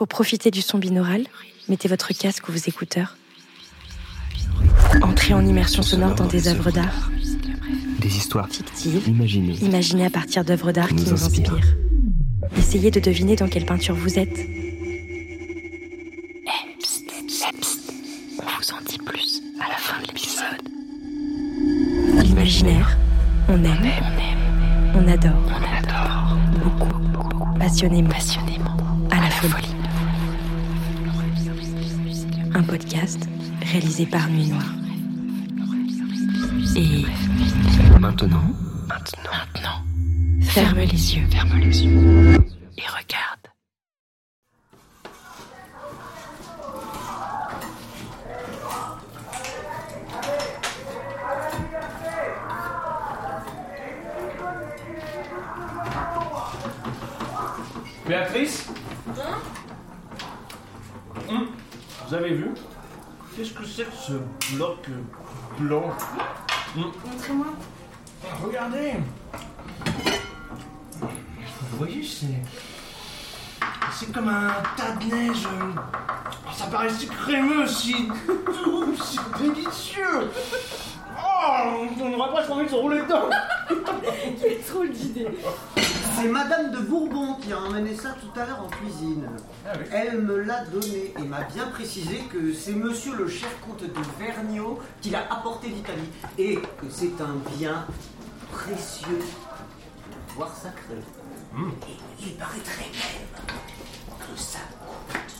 Pour profiter du son binaural, mettez votre casque ou vos écouteurs. Entrez en immersion sonore dans des œuvres d'art. Des histoires fictives, imaginées à partir d'œuvres d'art qui nous inspirent. inspirent. Essayez de deviner dans quelle peinture vous êtes. On vous en dit plus à la fin de l'épisode. L'imaginaire, on aime, on adore, beaucoup, passionnément, à la folie. Un podcast réalisé par Nuit Noire. Et Maintenant, ferme les yeux et regarde. Béatrice ? Vous avez vu ? Qu'est-ce que c'est que ce bloc blanc ? Montrez-moi. Regardez ! Vous voyez, c'est comme un tas de neige. Ça paraît si crémeux, si doux, si délicieux. Oh, on aurait presque envie de se rouler dedans. Quelle drôle d'idée. C'est Madame de Bourbon qui a emmené ça tout à l'heure en cuisine. Ah oui. Elle me l'a donné et m'a bien précisé que c'est monsieur le chef comte de Vergniaud qui l'a apporté d'Italie et que c'est un bien précieux, voire sacré. Et il paraîtrait même que ça coûte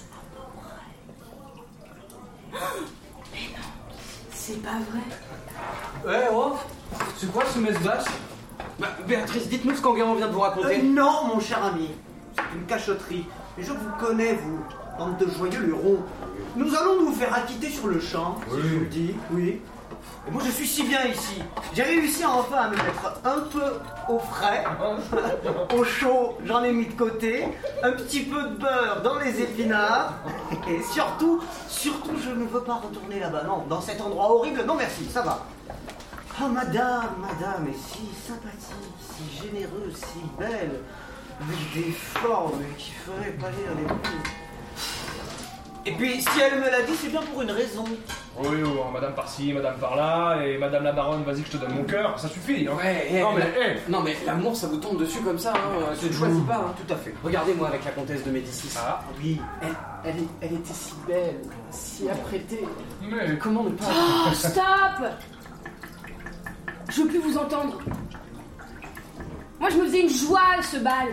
Mais non, c'est pas vrai. Ouais, oh, c'est quoi ce mess vache? Béatrice, dites-nous ce qu'Enguerrand vient de vous raconter. Non, mon cher ami, c'est une cachotterie. Mais je vous connais, vous, bande de joyeux lurons. Nous allons nous faire acquitter sur le champ, si je vous le dis, oui. Et moi, je suis si bien ici. J'ai réussi enfin à me mettre un peu au frais. Au chaud, j'en ai mis de côté. Un petit peu de beurre dans les épinards. Et surtout, je ne veux pas retourner là-bas. Non, dans cet endroit horrible, non merci, ça va. Oh, madame est si sympathique, si généreuse, si belle, avec des formes qui feraient pâlir les bouts. Et puis, si elle me l'a dit, c'est bien pour une raison. Oui, madame par-ci, madame par-là, et madame la baronne, vas-y que je te donne mon cœur, ça suffit. Hein. Ouais, non mais l'amour ça vous tombe dessus comme ça, hein. Je ne choisis pas. Hein. Tout à fait. Regardez-moi avec la comtesse de Médicis. Ah, Oui. Elle était si belle, si apprêtée. mais... Comment ne pas... Oh, stop. Je veux plus vous entendre. Moi, je me faisais une joie à ce bal.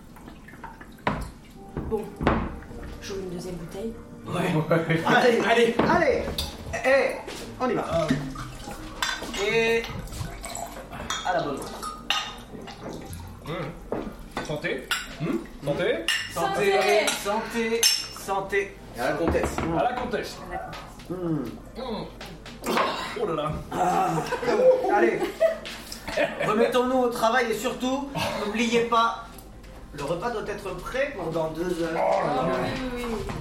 Bon, j'ouvre une deuxième bouteille. Ouais. Allez, on y va. Et à la bonne. Santé. Santé. Et à la comtesse. À la comtesse. Oh là là. Allez, remettons-nous au travail et surtout, n'oubliez pas, le repas doit être prêt pendant 2 heures. Oui.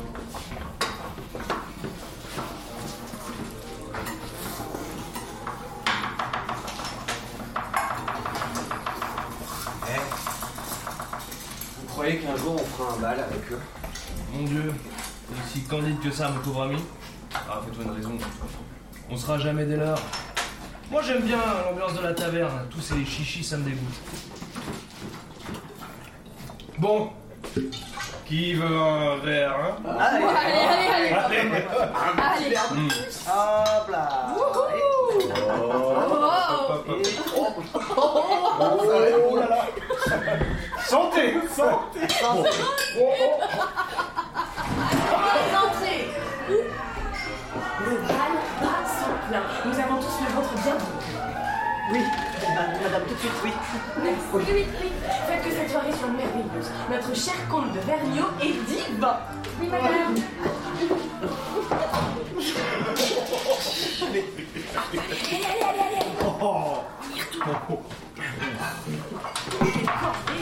Vous croyez qu'un jour on fera un bal avec eux? Mon Dieu, aussi candide que ça, mon pauvre ami. Ah, fais-toi une raison. On sera jamais dès l'heure. Moi, j'aime bien l'ambiance de la taverne. Tous ces chichis, ça me dégoûte. Bon. Qui veut un verre, hein? Allez. Allez. Hop là. Oh là là. Santé. Entrez. Le bal va s'en plein. Nous avons tous le ventre bien rempli. Oui, madame, tout de suite, oui. Merci. Oui. Faites que cette soirée soit merveilleuse. Notre cher comte de Vergniaud est divin. Oui, madame. Allez. On y retourne. Quelle corvée.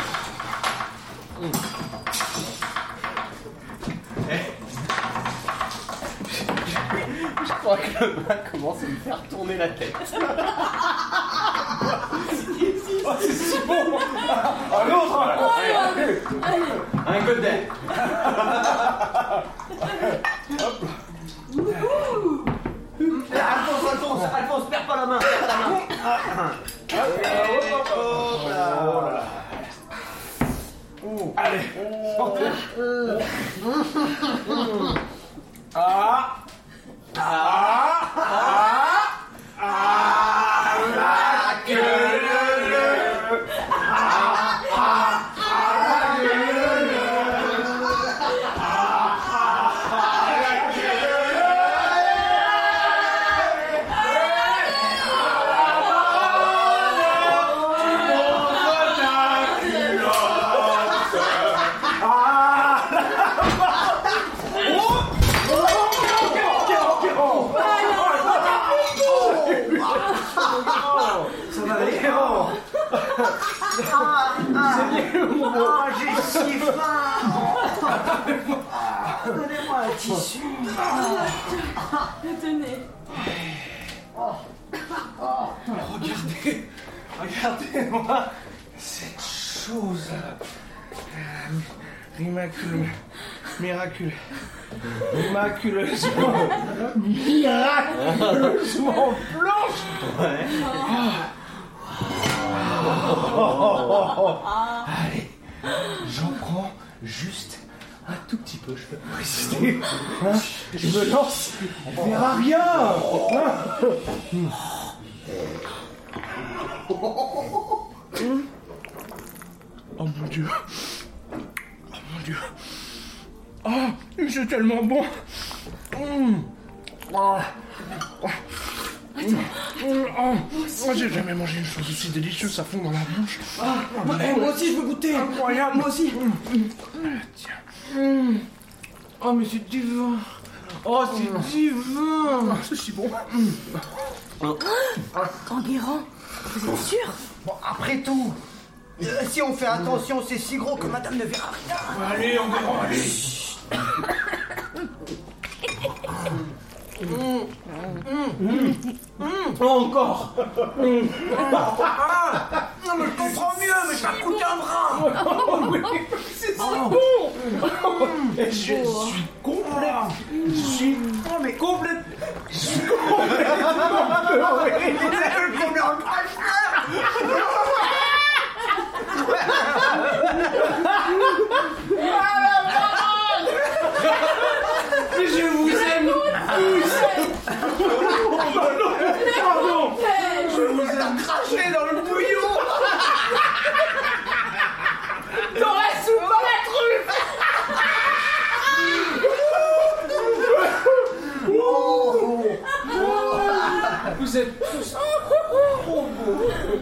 Je crois que le bal commence à me faire tourner la tête. Oh, c'est si bon. Un autre. Allez. Un godet. Alphonse, perds pas la main, Allez. J'ai si faim. Donnez-moi un tissu. Tenez. Regardez-moi cette chose. Miraculeusement blanche. Allez, j'en prends juste un tout petit peu, je peux pas résister. Je me lance, elle verra rien. Oh mon Dieu. Oh mon Dieu. Oh, c'est tellement bon. J'ai jamais mangé une chose aussi délicieuse, ça fond dans la bouche. Moi aussi, je veux goûter. Incroyable. Moi aussi. Tiens. Oh, mais c'est divin. Oh, c'est divin. C'est si bon. Enguerrand, vous êtes sûr? Bon, après tout, si on fait attention, c'est si gros que madame ne verra rien. Allez, on verra, allez. Encore. Non, mais je comprends mieux, mais ça coûte un bras. C'est si bon. Et je suis complet. Je suis complètement Je vous aime tous. Pardon. Je vous aime. Craché dans le bouillon. Dans la soupe, dans la truffe. Vous êtes tous trop beaux.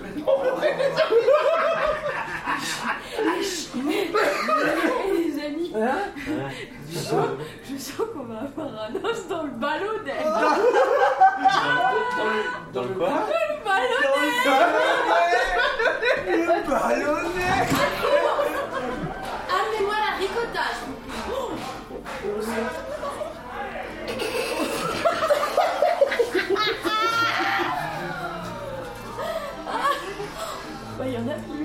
Les amis, je sens qu'on va avoir un os dans le ballon d'elle. Dans le quoi? Le ballon d'elle. Le ballonnet. Amenez-moi la ricotta. Bah, il y en a plus.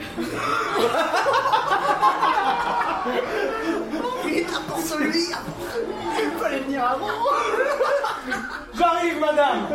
Vite, apporte lui. Il fallait venir avant. J'arrive, madame.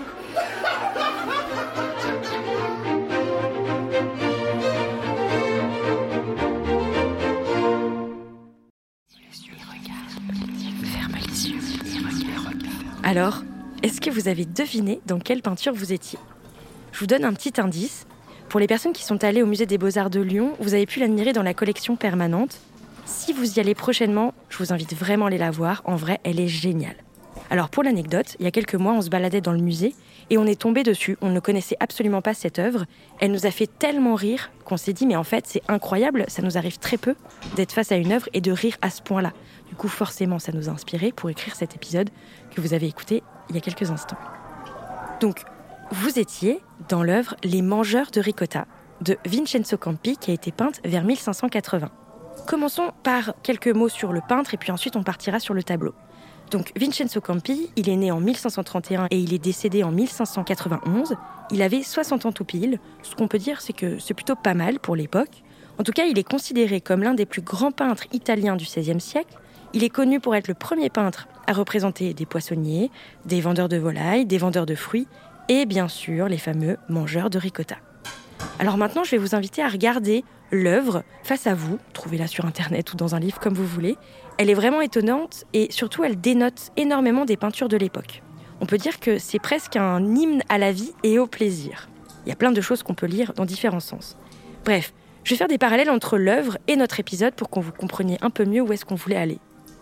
Alors, est-ce que vous avez deviné dans quelle peinture vous étiez? Je vous donne un petit indice. Pour les personnes qui sont allées au Musée des Beaux-Arts de Lyon, vous avez pu l'admirer dans la collection permanente. Si vous y allez prochainement, je vous invite vraiment à aller la voir. En vrai, elle est géniale. Alors pour l'anecdote, il y a quelques mois, on se baladait dans le musée et on est tombé dessus. On ne connaissait absolument pas cette œuvre. Elle nous a fait tellement rire qu'on s'est dit mais en fait c'est incroyable, ça nous arrive très peu d'être face à une œuvre et de rire à ce point-là. Du coup forcément ça nous a inspiré pour écrire cet épisode que vous avez écouté il y a quelques instants. Donc vous étiez dans l'œuvre Les Mangeurs de ricotta de Vincenzo Campi qui a été peinte vers 1580. Commençons par quelques mots sur le peintre et puis ensuite on partira sur le tableau. Donc Vincenzo Campi, il est né en 1531 et il est décédé en 1591. Il avait 60 ans tout pile. Ce qu'on peut dire, c'est que c'est plutôt pas mal pour l'époque. En tout cas, il est considéré comme l'un des plus grands peintres italiens du XVIe siècle Il est connu pour être le premier peintre à représenter des poissonniers, des vendeurs de volailles, des vendeurs de fruits et bien sûr les fameux mangeurs de ricotta. Alors maintenant, je vais vous inviter à regarder l'œuvre face à vous. Trouvez-la sur Internet ou dans un livre comme vous voulez. Elle est vraiment étonnante et surtout, elle dénote énormément des peintures de l'époque. On peut dire que c'est presque un hymne à la vie et au plaisir. Il y a plein de choses qu'on peut lire dans différents sens. Bref, je vais faire des parallèles entre l'œuvre et notre épisode pour qu'on vous compreniez un peu mieux où est-ce qu'on voulait aller.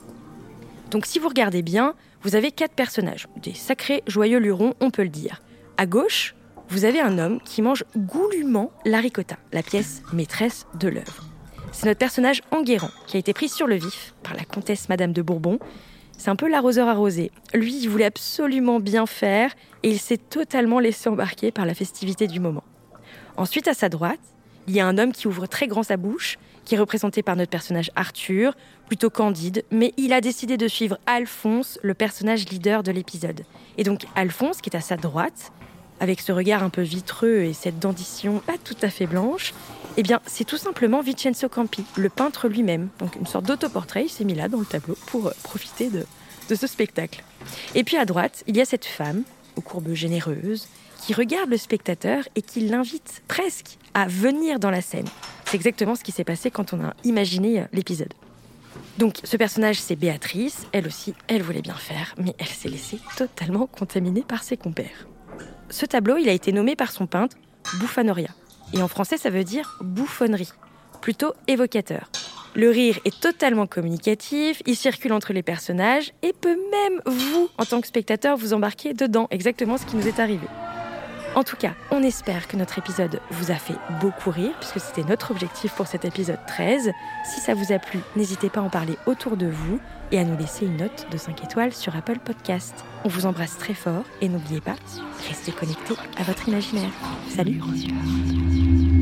Donc si vous regardez bien, vous avez 4 personnages, des sacrés joyeux lurons, on peut le dire. À gauche, vous avez un homme qui mange goulûment la ricotta, la pièce maîtresse de l'œuvre. C'est notre personnage Enguerrand, qui a été pris sur le vif par la comtesse Madame de Bourbon. C'est un peu l'arroseur arrosé. Lui, il voulait absolument bien faire et il s'est totalement laissé embarquer par la festivité du moment. Ensuite, à sa droite, il y a un homme qui ouvre très grand sa bouche, qui est représenté par notre personnage Arthur, plutôt candide, mais il a décidé de suivre Alphonse, le personnage leader de l'épisode. Et donc Alphonse, qui est à sa droite, avec ce regard un peu vitreux et cette dentition pas tout à fait blanche, eh bien, c'est tout simplement Vincenzo Campi, le peintre lui-même. Donc une sorte d'autoportrait, il s'est mis là dans le tableau pour profiter de ce spectacle. Et puis à droite, il y a cette femme, aux courbes généreuses, qui regarde le spectateur et qui l'invite presque à venir dans la scène. C'est exactement ce qui s'est passé quand on a imaginé l'épisode. Donc ce personnage, c'est Béatrice. Elle aussi, elle voulait bien faire, mais elle s'est laissée totalement contaminée par ses compères. Ce tableau, il a été nommé par son peintre Buffonoria. Et en français, ça veut dire bouffonnerie, plutôt évocateur. Le rire est totalement communicatif, il circule entre les personnages et peut même, vous, en tant que spectateur, vous embarquer dedans, exactement ce qui nous est arrivé. En tout cas, on espère que notre épisode vous a fait beaucoup rire, puisque c'était notre objectif pour cet épisode 13. Si ça vous a plu, n'hésitez pas à en parler autour de vous et à nous laisser une note de 5 étoiles sur Apple Podcast. On vous embrasse très fort et n'oubliez pas, restez connectés à votre imaginaire. Salut!